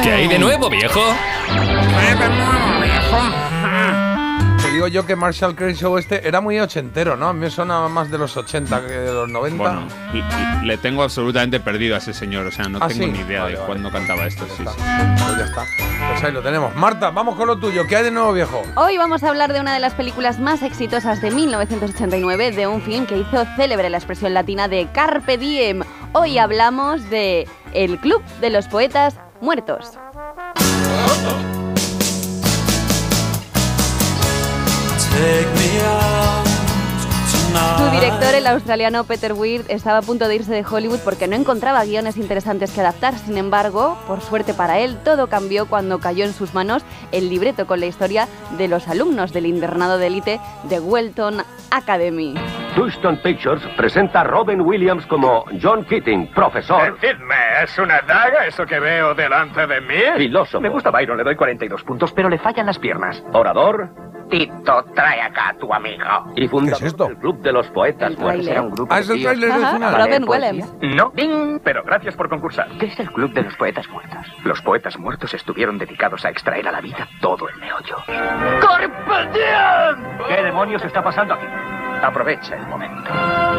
¿Qué hay de nuevo, viejo? Te digo yo que Marshall Crenshaw era muy ochentero, ¿no? A mí me suena más de los 80 que de los 90. Bueno, le tengo absolutamente perdido a ese señor. O sea, no tengo ¿sí? ni idea de cuándo cantaba esto. Pues Sí, ya sí. está. Pues ya está. Pues ahí lo tenemos. Marta, vamos con lo tuyo. ¿Qué hay de nuevo, viejo? Hoy vamos a hablar de una de las películas más exitosas de 1989, de un film que hizo célebre la expresión latina de Carpe Diem. Hoy hablamos de El Club de los Poetas Muertos. Su director, el australiano Peter Weir, estaba a punto de irse de Hollywood porque no encontraba guiones interesantes que adaptar. Sin embargo, por suerte para él, todo cambió cuando cayó en sus manos el libreto con la historia de los alumnos del internado de élite de Welton Academy. Houston Pictures presenta a Robin Williams como John Keating, profesor, Decidme, ¿es una daga eso que veo delante de mí? filósofo, Me gusta Byron, le doy 42 puntos, pero le fallan las piernas. orador Tito, trae acá a tu amigo. y fundador ¿Qué es esto? del Club de los Poetas El Muertos. tráiler. Un grupo Ah, es de el tíos. tráiler del Ajá, final. Robin poesía. Williams. No, ding, pero gracias por concursar. ¿Qué es el Club de los Poetas Muertos? Los poetas muertos estuvieron dedicados a extraer a la vida todo el meollo. ¡Carpe diem! ¿Qué demonios está pasando aquí? Aprovecha el momento.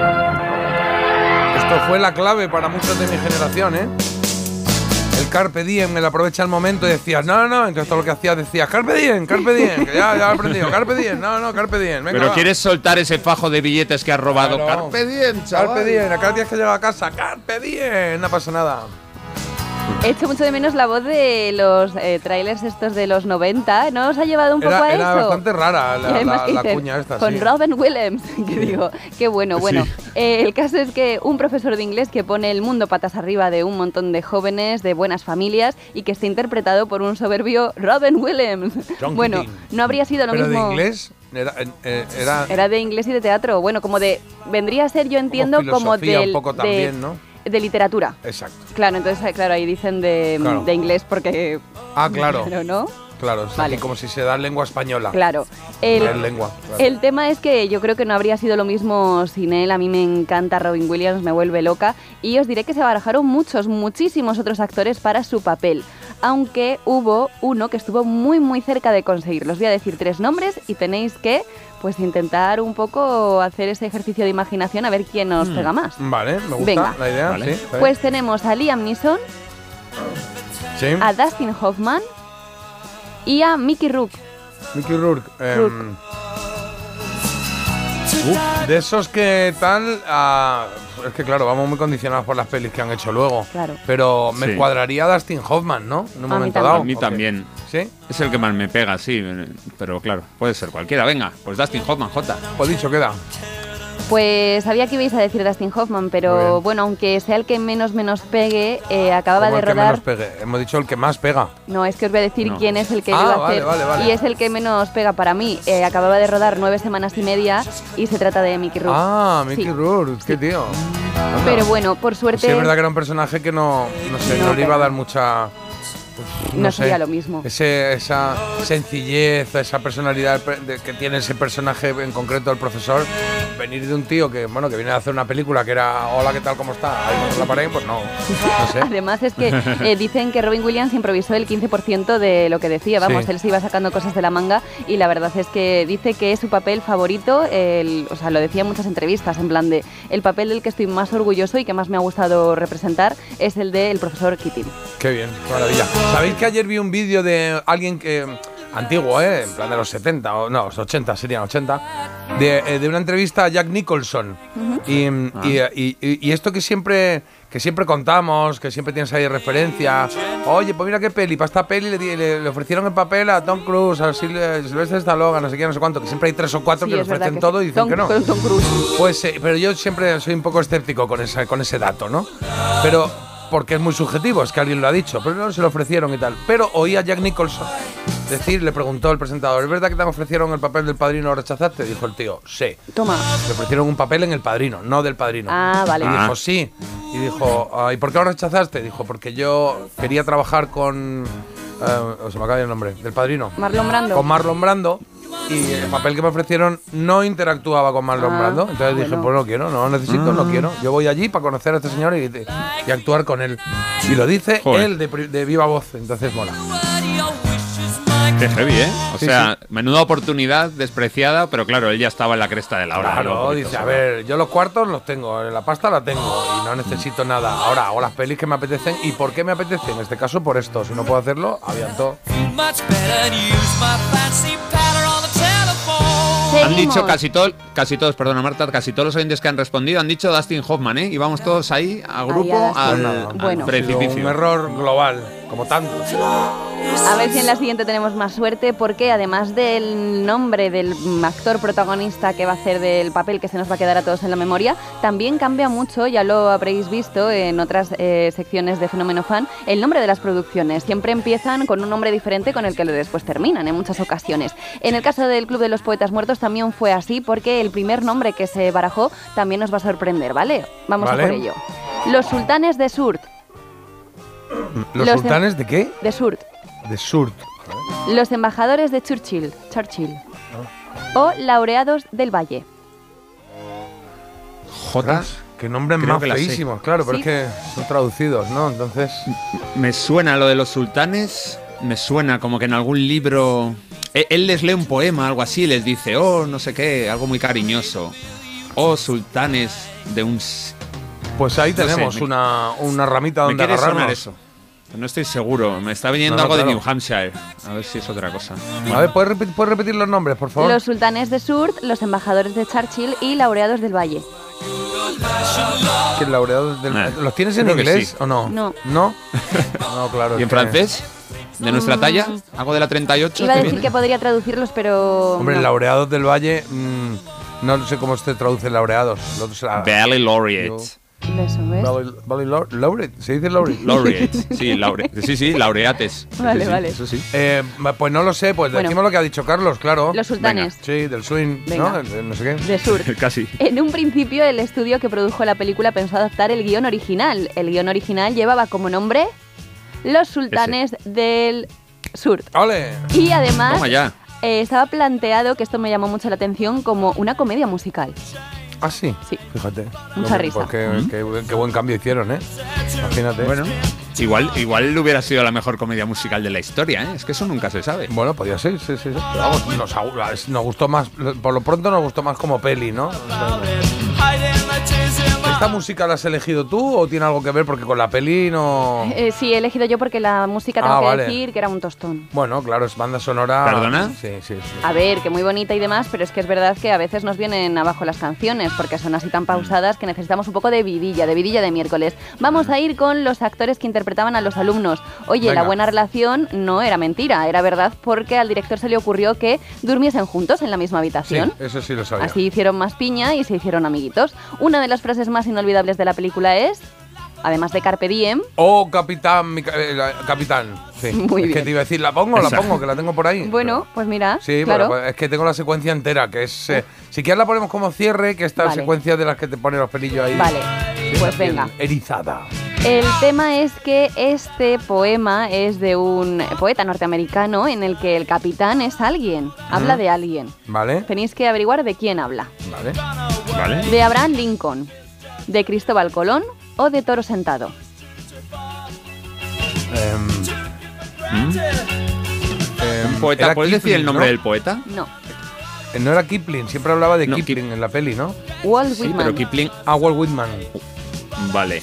Esto fue la clave para muchos de mi generación, ¿eh? El Carpe Diem, el aprovecha el momento y decías, no, entonces todo lo que hacías decías, Carpe Diem, que ya lo he aprendido, Carpe Diem, Carpe Diem, venga, Pero va. ¿quieres soltar ese fajo de billetes que has robado? Claro. Carpe diem, chaval. Carpe Diem, acá tienes que llegar a casa, Carpe Diem, no pasa nada. Echo mucho de menos la voz de los trailers estos de los 90. ¿No os ha llevado un poco a Era eso? bastante rara Y además que la dicen, cuña esta, con sí. Robin Williams, que digo, qué bueno. Bueno, el caso es que un profesor de inglés que pone el mundo patas arriba de un montón de jóvenes de buenas familias y que está interpretado por un soberbio Robin Williams. John Bueno, Keating. no habría sido lo Pero mismo. de inglés era Era de inglés y de teatro. Bueno, como de vendría a ser, yo entiendo, como filosofía del un poco también, ¿no? de literatura. Exacto. Claro, entonces, claro, ahí dicen de, Claro. de inglés porque... Ah, claro. Claro, ¿no? Claro, es Vale. aquí como si se da lengua española. Claro. Es lengua. Claro. El tema es que yo creo que no habría sido lo mismo sin él. A mí me encanta Robin Williams, me vuelve loca. Y os diré que se barajaron muchísimos otros actores para su papel. Aunque hubo uno que estuvo muy cerca de conseguirlo. Os voy a decir 3 nombres y tenéis que pues intentar un poco hacer ese ejercicio de imaginación a ver quién os pega más. Vale, me gusta Venga. la idea. Vale. Sí, Pues tenemos a Liam Neeson, sí. a Dustin Hoffman y a Mickey Rourke. Mickey Rourke. Rourke. De esos que tal... es que claro, vamos muy condicionados por las pelis que han hecho luego. Claro. Pero me Sí. cuadraría Dustin Hoffman, ¿no? En un A mí momento también. dado. A mí Ok. también. ¿Sí? Es el que más me pega, sí. Pero claro, puede ser cualquiera. Venga, pues Dustin Hoffman, J. Pues dicho queda. Pues sabía que ibais a decir Dustin Hoffman, Muy pero bien. bueno, aunque sea el que menos pegue, acababa Como de el que rodar... menos pegue. Hemos dicho el que más pega. No, es que os voy a decir No. quién es el que Ah, iba a vale, hacer. vale. Y es el que menos pega para mí. Acababa de rodar 9 semanas y media y se trata de Mickey Rourke. Ah, Mickey Sí. Rourke, qué tío. Anda. Pero bueno, por suerte Sí, es verdad que era un personaje que no sé, No no le iba a pega. dar mucha... no sé, sería lo mismo. Esa sencillez, esa personalidad que tiene ese personaje en concreto, el profesor, venir de un tío que viene a hacer una película que era hola, ¿qué tal, cómo está? Ahí contra la pared, pues no sé. Además es que dicen que Robin Williams improvisó el 15% de lo que decía. Vamos, Sí. él se iba sacando cosas de la manga y la verdad es que dice que es su papel favorito. O sea, lo decía en muchas entrevistas, en plan de el papel del que estoy más orgulloso y que más me ha gustado representar es el del profesor Keating. Qué bien, qué maravilla. ¿Sabéis que ayer vi un vídeo de alguien que antiguo, en plan de los 70 o no, los 80, serían 80, de una entrevista a Jack Nicholson? Y esto que siempre contamos, que siempre tienes ahí referencia. Oye, pues mira qué peli, para esta peli le ofrecieron el papel a Tom Cruise, a Sylvester Stallone, a no sé qué, no sé cuánto, que siempre hay 3 o 4 Sí, que le es verdad ofrecen que todo sí. y dicen que no. Tom Cruise. Pues pero yo siempre soy un poco escéptico con ese dato, ¿no? Pero porque es muy subjetivo, es que alguien lo ha dicho, pero no se lo ofrecieron y tal. Pero oí a Jack Nicholson decir, le preguntó el presentador, ¿es verdad que te ofrecieron el papel del Padrino y lo rechazaste? Dijo el tío, sí. Toma. Le ofrecieron un papel en El Padrino, no del Padrino. Ah, vale. Y dijo, sí. Y dijo, ¿y por qué lo rechazaste? Dijo, porque yo quería trabajar con... se me acaba el nombre, del Padrino. Marlon Brando. Con Marlon Brando. y el papel que me ofrecieron no interactuaba con Marlon Brando. Entonces dije, pues no quiero, no lo necesito, no quiero. Yo voy allí para conocer a este señor y actuar con él. Y lo dice él de viva voz, entonces mola. Qué heavy, ¿eh? O Sí, sea, menuda oportunidad despreciada, pero claro, él ya estaba en la cresta de la ola. Claro, dice, a ver, yo los cuartos los tengo, la pasta la tengo y no necesito nada. Ahora hago las pelis que me apetecen. ¿Y por qué me apetece? En este caso, por esto. Si no puedo hacerlo, avianto. Han dicho casi todos, perdona Marta, casi todos los oyentes que han respondido han dicho Dustin Hoffman, ¿eh? Y vamos todos ahí a grupo al precipicio. Un error global, como tanto. A ver si en la siguiente tenemos más suerte, porque además del nombre del actor protagonista que va a hacer del papel que se nos va a quedar a todos en la memoria, también cambia mucho, ya lo habréis visto en otras secciones de Fenómeno Fan, el nombre de las producciones. Siempre empiezan con un nombre diferente con el que después terminan en muchas ocasiones. En el caso del Club de los Poetas Muertos también fue así, porque el primer nombre que se barajó también nos va a sorprender, ¿vale? Vamos a por ello. Los Sultanes de Surt. ¿Los sultanes de qué? De Surt. De Surt. Los embajadores de Churchill. O laureados del Valle. Jotas. Qué nombres más feísimos, claro, pero es que son traducidos, ¿no? Entonces. Me suena lo de los sultanes, me suena como que en algún libro. Él les lee un poema, algo así, les dice, oh, no sé qué, algo muy cariñoso. Oh, sultanes de un. Pues ahí tenemos una ramita donde agarrarnos. Eso. No estoy seguro, me está viniendo algo de New Hampshire. A ver si es otra cosa. A ver, ¿puedes repetir los nombres, por favor? Los Sultanes de Surt, los embajadores de Churchill y laureados del Valle. ¿Qué laureados del Valle? ¿Los tienes en inglés o no? No. ¿No? No, claro. ¿Y en francés? ¿De nuestra talla? ¿Algo de la 38? Iba a decir que podría traducirlos, pero... Hombre, laureados del Valle... no sé cómo se traduce laureados. Valley Laureate. Eso, ¿ves? Laureate, ¿se dice laureate? Laureate, sí, laureates. Vale, sí, vale. Eso sí. Pues no lo sé, pues decimos lo que ha dicho Carlos, claro. Los sultanes. Venga. Sí, del swing, Venga. ¿no? No sé qué. De Surt. Casi. En un principio, el estudio que produjo la película pensó adaptar el guión original. El guión original llevaba como nombre Los Sultanes del Surt. ¡Ole! Y además Toma ya. Estaba planteado, que esto me llamó mucho la atención, como una comedia musical. ¿Ah, sí? Sí. Fíjate. Mucha risa. Pues qué buen cambio hicieron, ¿eh? Imagínate. Bueno, igual hubiera sido la mejor comedia musical de la historia, ¿eh? Es que eso nunca se sabe. Bueno, podía ser, sí. Pero vamos, nos gustó más, por lo pronto nos gustó más como peli, ¿no? ¿Esta música la has elegido tú o tiene algo que ver? Porque con la peli no... Sí, he elegido yo porque la música tengo que decir que era un tostón. Bueno, claro, es banda sonora... ¿Perdona? Sí. A ver, que muy bonita y demás, pero es que es verdad que a veces nos vienen abajo las canciones porque son así tan pausadas que necesitamos un poco de vidilla de miércoles. Vamos a ir con los actores que interpretaban a los alumnos. Oye, la buena relación no era mentira, era verdad, porque al director se le ocurrió que durmiesen juntos en la misma habitación. Sí, eso sí lo sabía. Así hicieron más piña y se hicieron amiguitos. Una de las frases más inolvidables de la película es, además de Carpe Diem... Oh, capitán, capitán. Sí. Muy bien. Es que te iba a decir, la pongo, que la tengo por ahí. Bueno, pues mira, sí, claro. Pero es que tengo la secuencia entera, que es... si quieres la ponemos como cierre, que esta secuencia de las que te pone los pelillos ahí. Vale, pues venga. Erizada. El tema es que este poema es de un poeta norteamericano en el que el capitán es alguien, habla de alguien. Vale. Tenéis que averiguar de quién habla. Vale. De Abraham Lincoln, de Cristóbal Colón o de Toro Sentado. ¿Poeta? ¿Puedes decir el nombre del poeta? No. No era Kipling, siempre hablaba de Kipling en la peli, ¿no? Walt Sí, Whitman. pero Kipling... Walt Whitman. Vale.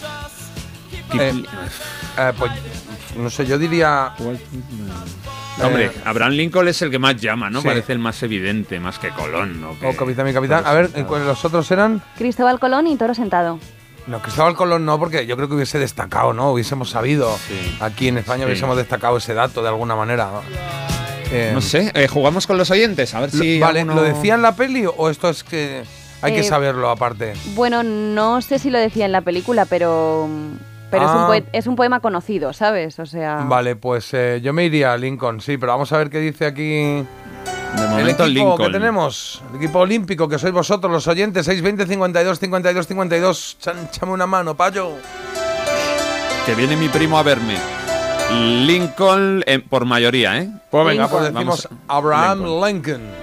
Pues, no sé, yo diría... Hombre, Abraham Lincoln es el que más llama, ¿no? Sí. Parece el más evidente, más que Colón, ¿no? Oh, capitán, mi capitán. A ver, ¿los otros eran? Cristóbal Colón y Toro Sentado. No, Cristóbal Colón no, porque yo creo que hubiese destacado, ¿no? Hubiésemos sabido. Sí. Aquí en España hubiésemos destacado ese dato de alguna manera. No sé, jugamos con los oyentes, a ver si... Vale, alguno... ¿lo decía en la peli o esto es que hay que saberlo aparte? Bueno, no sé si lo decía en la película, pero es un poema conocido, ¿sabes? O sea... Vale, pues yo me iría a Lincoln, sí, pero vamos a ver qué dice aquí... De momento, el equipo Lincoln. que tenemos, el equipo olímpico, que sois vosotros, los oyentes, 620 52 52 52. Chame una mano, payo. Que viene mi primo a verme. Lincoln por mayoría, ¿eh? Pues venga, pues decimos Abraham Lincoln.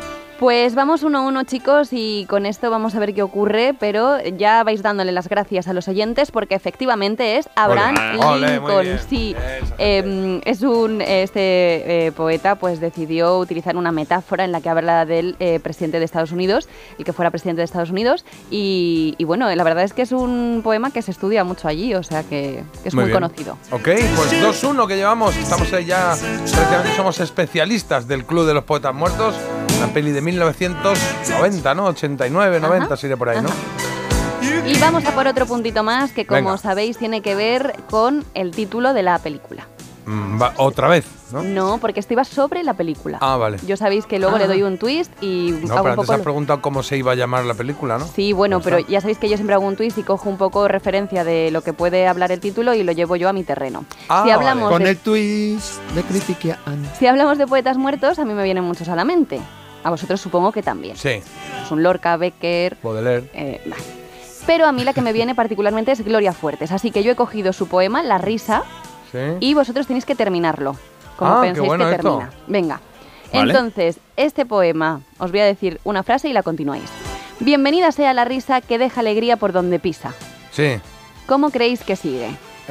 Pues vamos 1-1, chicos, y con esto vamos a ver qué ocurre, pero ya vais dándole las gracias a los oyentes porque efectivamente es Abraham Lincoln. Sí, es este poeta pues decidió utilizar una metáfora en la que habla del presidente de Estados Unidos, el que fuera presidente de Estados Unidos, y bueno, la verdad es que es un poema que se estudia mucho allí, o sea que es muy conocido. Ok, pues 2-1 que llevamos, estamos ahí ya, prácticamente somos especialistas del Club de los Poetas Muertos. Una peli de 1990, ¿no? 89, 90, sería por ahí, ¿no? Y vamos a por otro puntito más que, como sabéis, tiene que ver con el título de la película. ¿Otra vez? ¿No? No, porque esto iba sobre la película. Ah, vale. Yo sabéis que luego le doy un twist y no, hago pero un poco... antes has preguntado cómo se iba a llamar la película, ¿no? Sí, bueno, pero ya sabéis que yo siempre hago un twist y cojo un poco referencia de lo que puede hablar el título y lo llevo yo a mi terreno. Ah, si hablamos con el twist de Critiquian. Si hablamos de poetas muertos, a mí me vienen muchos a la mente. A vosotros supongo que también. Sí. Es un Lorca, Becker... Baudelaire. Vale. Pero a mí la que me viene particularmente es Gloria Fuertes. Así que yo he cogido su poema, La risa, y vosotros tenéis que terminarlo. Como penséis que termina. Venga. Vale. Entonces, este poema, os voy a decir una frase y la continuáis. Bienvenida sea la risa que deja alegría por donde pisa. Sí. ¿Cómo creéis que sigue?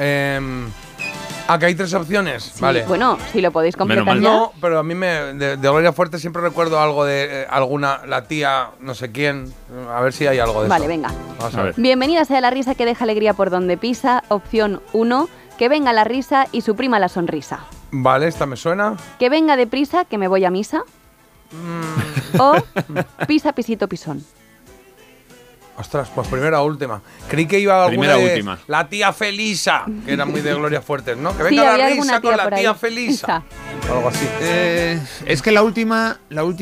Que hay 3 opciones. Sí, vale. Bueno, si lo podéis completar ya. No, pero a mí de Gloria Fuerte siempre recuerdo algo de la tía, no sé quién. A ver si hay algo de eso. Vale, venga. Vamos a ver. Bienvenida sea la risa que deja alegría por donde pisa. Opción 1, que venga la risa y suprima la sonrisa. Vale, esta me suena. Que venga deprisa, que me voy a misa. O pisa, pisito, pisón. Ostras, pues primera o última. Creí que iba alguna de la tía Felisa, que era muy de Gloria Fuertes, ¿no? Que venga la risa con la tía Felisa. O algo así. Es que la última...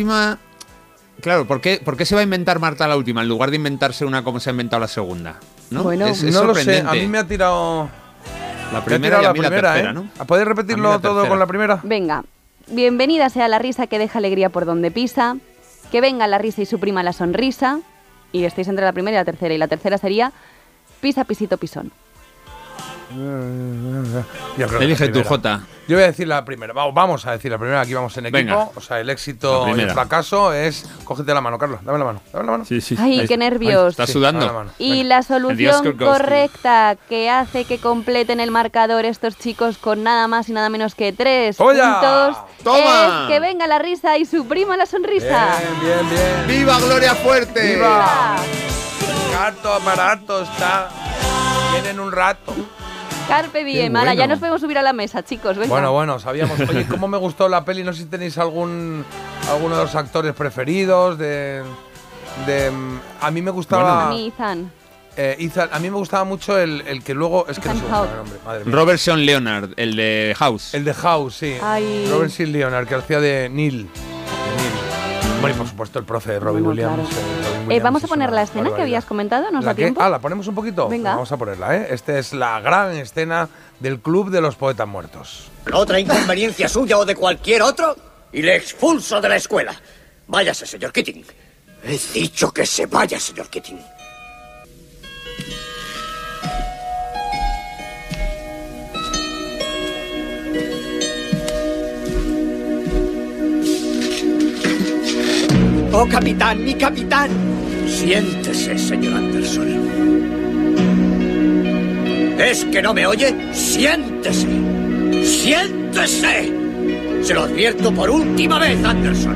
Claro, ¿por qué se va a inventar Marta la última en lugar de inventarse una como se ha inventado la segunda? ¿No? Bueno, es no lo sé. A mí me ha tirado... La primera y a mí la tercera, ¿no? ¿Podéis repetirlo todo con la primera? Venga. Bienvenida sea la risa que deja alegría por donde pisa. Que venga la risa y suprima la sonrisa. Y estáis entre la primera y la tercera. Y la tercera sería pisa, pisito, pisón. Elige tu Jota. Yo voy a decir la primera. Vamos a decir la primera. Aquí vamos en equipo. Venga. O sea, el éxito y el fracaso es... Cógete la mano, Carlos. Dame la mano. Dame la mano. Sí. Ay, qué nervios. Estás sudando. Y la solución correcta que hace que completen el marcador estos chicos con nada más y nada menos que 3 puntos. ¡Toma! Es que venga la risa y suprima la sonrisa. Bien. ¡Viva Gloria Fuerte! ¡Viva! Gato, aparato, está... Vienen un rato. Carpe diem. Bueno. Ya nos podemos subir a la mesa, chicos. Venga. Bueno, sabíamos. Oye, ¿cómo me gustó la peli? No sé si tenéis alguno de los actores preferidos a mí me gustaba... A mí, Ethan. A mí me gustaba mucho el que luego... Es que no sé el nombre, madre mía. Robert Sean Leonard, el de House. El de House, sí. Ay. Robert Sean Leonard, que hacía de Neil. Bueno, y por supuesto el profe de Robbie Williams. Claro. Vamos a poner la escena que habías comentado, ¿nos da tiempo? ¿La ponemos un poquito? Venga. Vamos a ponerla, ¿eh? Esta es la gran escena del Club de los Poetas Muertos. ¿Otra inconveniencia suya o de cualquier otro? Y le expulso de la escuela. Váyase, señor Keating. He dicho que se vaya, señor Keating. ¡Oh, capitán, mi capitán! Siéntese, señor Anderson. ¿Es que no me oye? ¡Siéntese! ¡Siéntese! Se lo advierto por última vez, Anderson.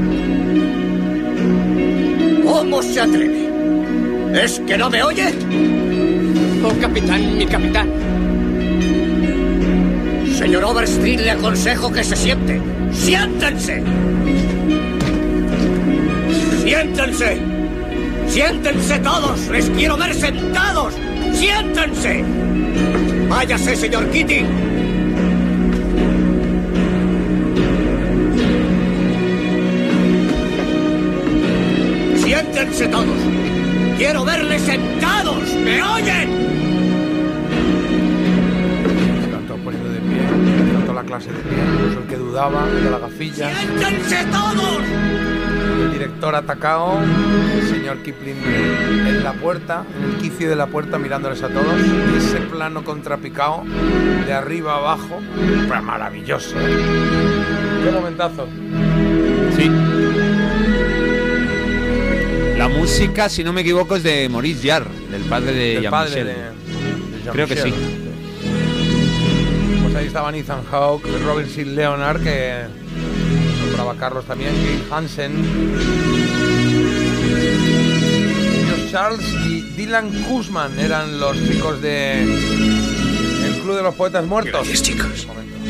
¿Cómo se atreve? ¿Es que no me oye? ¡Oh, capitán, mi capitán! Señor Overstreet, le aconsejo que se siente. ¡Siéntense! ¡Siéntense! ¡Siéntense todos! ¡Les quiero ver sentados! ¡Siéntense! ¡Váyase, señor Keating! ¡Siéntense todos! ¡Quiero verles sentados! ¿Me oyen? Están todos poniendo de pie. Está toda la clase de pie. Incluso el que dudaba, el de las gafillas. ¡Siéntense todos! El director atacado, el señor Kipling en la puerta, en el quicio de la puerta mirándoles a todos, y ese plano contrapicado de arriba a abajo, pero maravilloso, ¿eh? ¡Qué momentazo! Sí. La música, si no me equivoco, es de Maurice Jarre, del padre de Jean-Michel. Creo que sí. Pues ahí estaban Ethan Hawke, Robert C. Leonard, que nombraba Carlos también, Kate Hansen, Josh Charles y Dylan Kuzman eran los chicos de el Club de los Poetas Muertos. Gracias, chicos.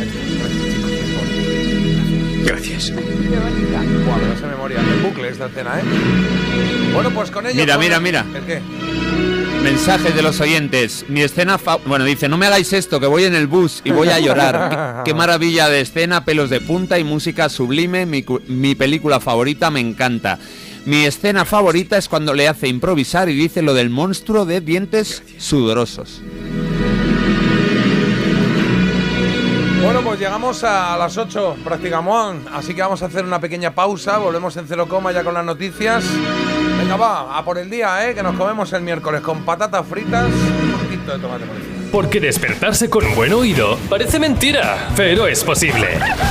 Gracias. Buah, me lo sé de memoria. En bucle esta escena, ¿eh? Bueno, pues con ello... Mira. ¿El qué? Mensajes de los oyentes. Mi escena... Bueno, dice, no me hagáis esto, que voy en el bus y voy a llorar. Qué maravilla de escena, pelos de punta y música sublime. Mi película favorita, me encanta. Mi escena favorita es cuando le hace improvisar y dice lo del monstruo de dientes sudorosos. Bueno, pues llegamos a las 8 prácticamente, así que vamos a hacer una pequeña pausa, volvemos en 0, ya con las noticias. Venga, va, a por el día, que nos comemos el miércoles con patatas fritas y un poquito de tomate por encima. Porque despertarse con buen oído parece mentira, pero es posible.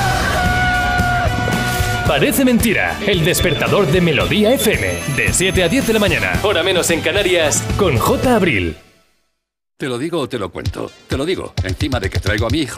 Parece mentira, el despertador de Melodía FM, de 7 a 10 de la mañana, hora menos en Canarias, con J. Abril. ¿Te lo digo o te lo cuento? Te lo digo, encima de que traigo a mi hijo